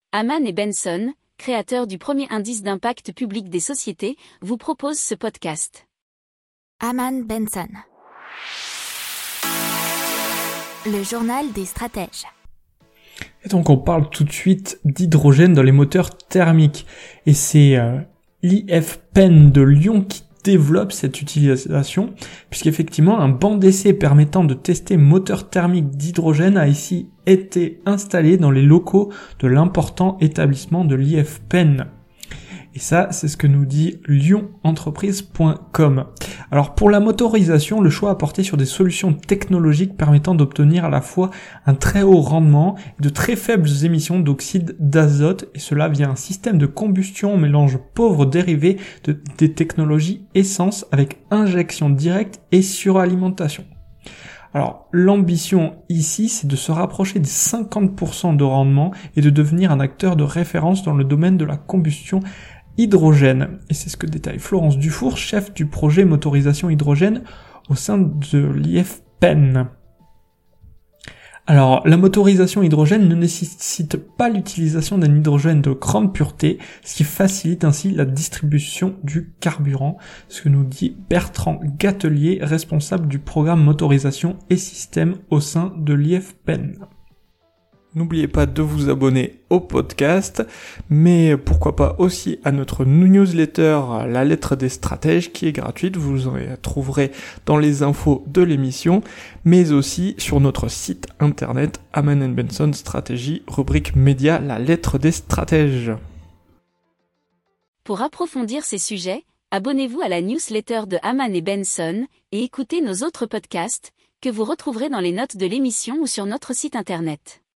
Hamann et Benson, créateurs du premier indice d'impact public des sociétés, vous proposent ce podcast. Hamann Benson. Le journal des stratèges. Et donc on parle tout de suite d'hydrogène dans les moteurs thermiques. Et c'est l'IFPEN de Lyon qui développe cette utilisation, puisqu'effectivement un banc d'essai permettant de tester moteurs thermiques d'hydrogène a ici été installé dans les locaux de l'important établissement de l'IFPEN. Et ça, c'est ce que nous dit lyonentreprise.com. Alors pour la motorisation, le choix a porté sur des solutions technologiques permettant d'obtenir à la fois un très haut rendement et de très faibles émissions d'oxyde d'azote, et cela via un système de combustion au mélange pauvre dérivé des technologies essence avec injection directe et suralimentation. Alors, l'ambition ici, c'est de se rapprocher des 50% de rendement et de devenir un acteur de référence dans le domaine de la combustion hydrogène. Et c'est ce que détaille Florence Dufour, chef du projet motorisation hydrogène au sein de l'IFPEN. Alors, la motorisation hydrogène ne nécessite pas l'utilisation d'un hydrogène de grande pureté, ce qui facilite ainsi la distribution du carburant, ce que nous dit Bertrand Gatelier, responsable du programme motorisation et système au sein de l'IFPEN. N'oubliez pas de vous abonner au podcast, mais pourquoi pas aussi à notre newsletter La Lettre des Stratèges qui est gratuite, vous en trouverez dans les infos de l'émission, mais aussi sur notre site internet Hamann & Benson Stratégie, rubrique média La Lettre des Stratèges. Pour approfondir ces sujets, abonnez-vous à la newsletter de Hamann & Benson et écoutez nos autres podcasts que vous retrouverez dans les notes de l'émission ou sur notre site internet.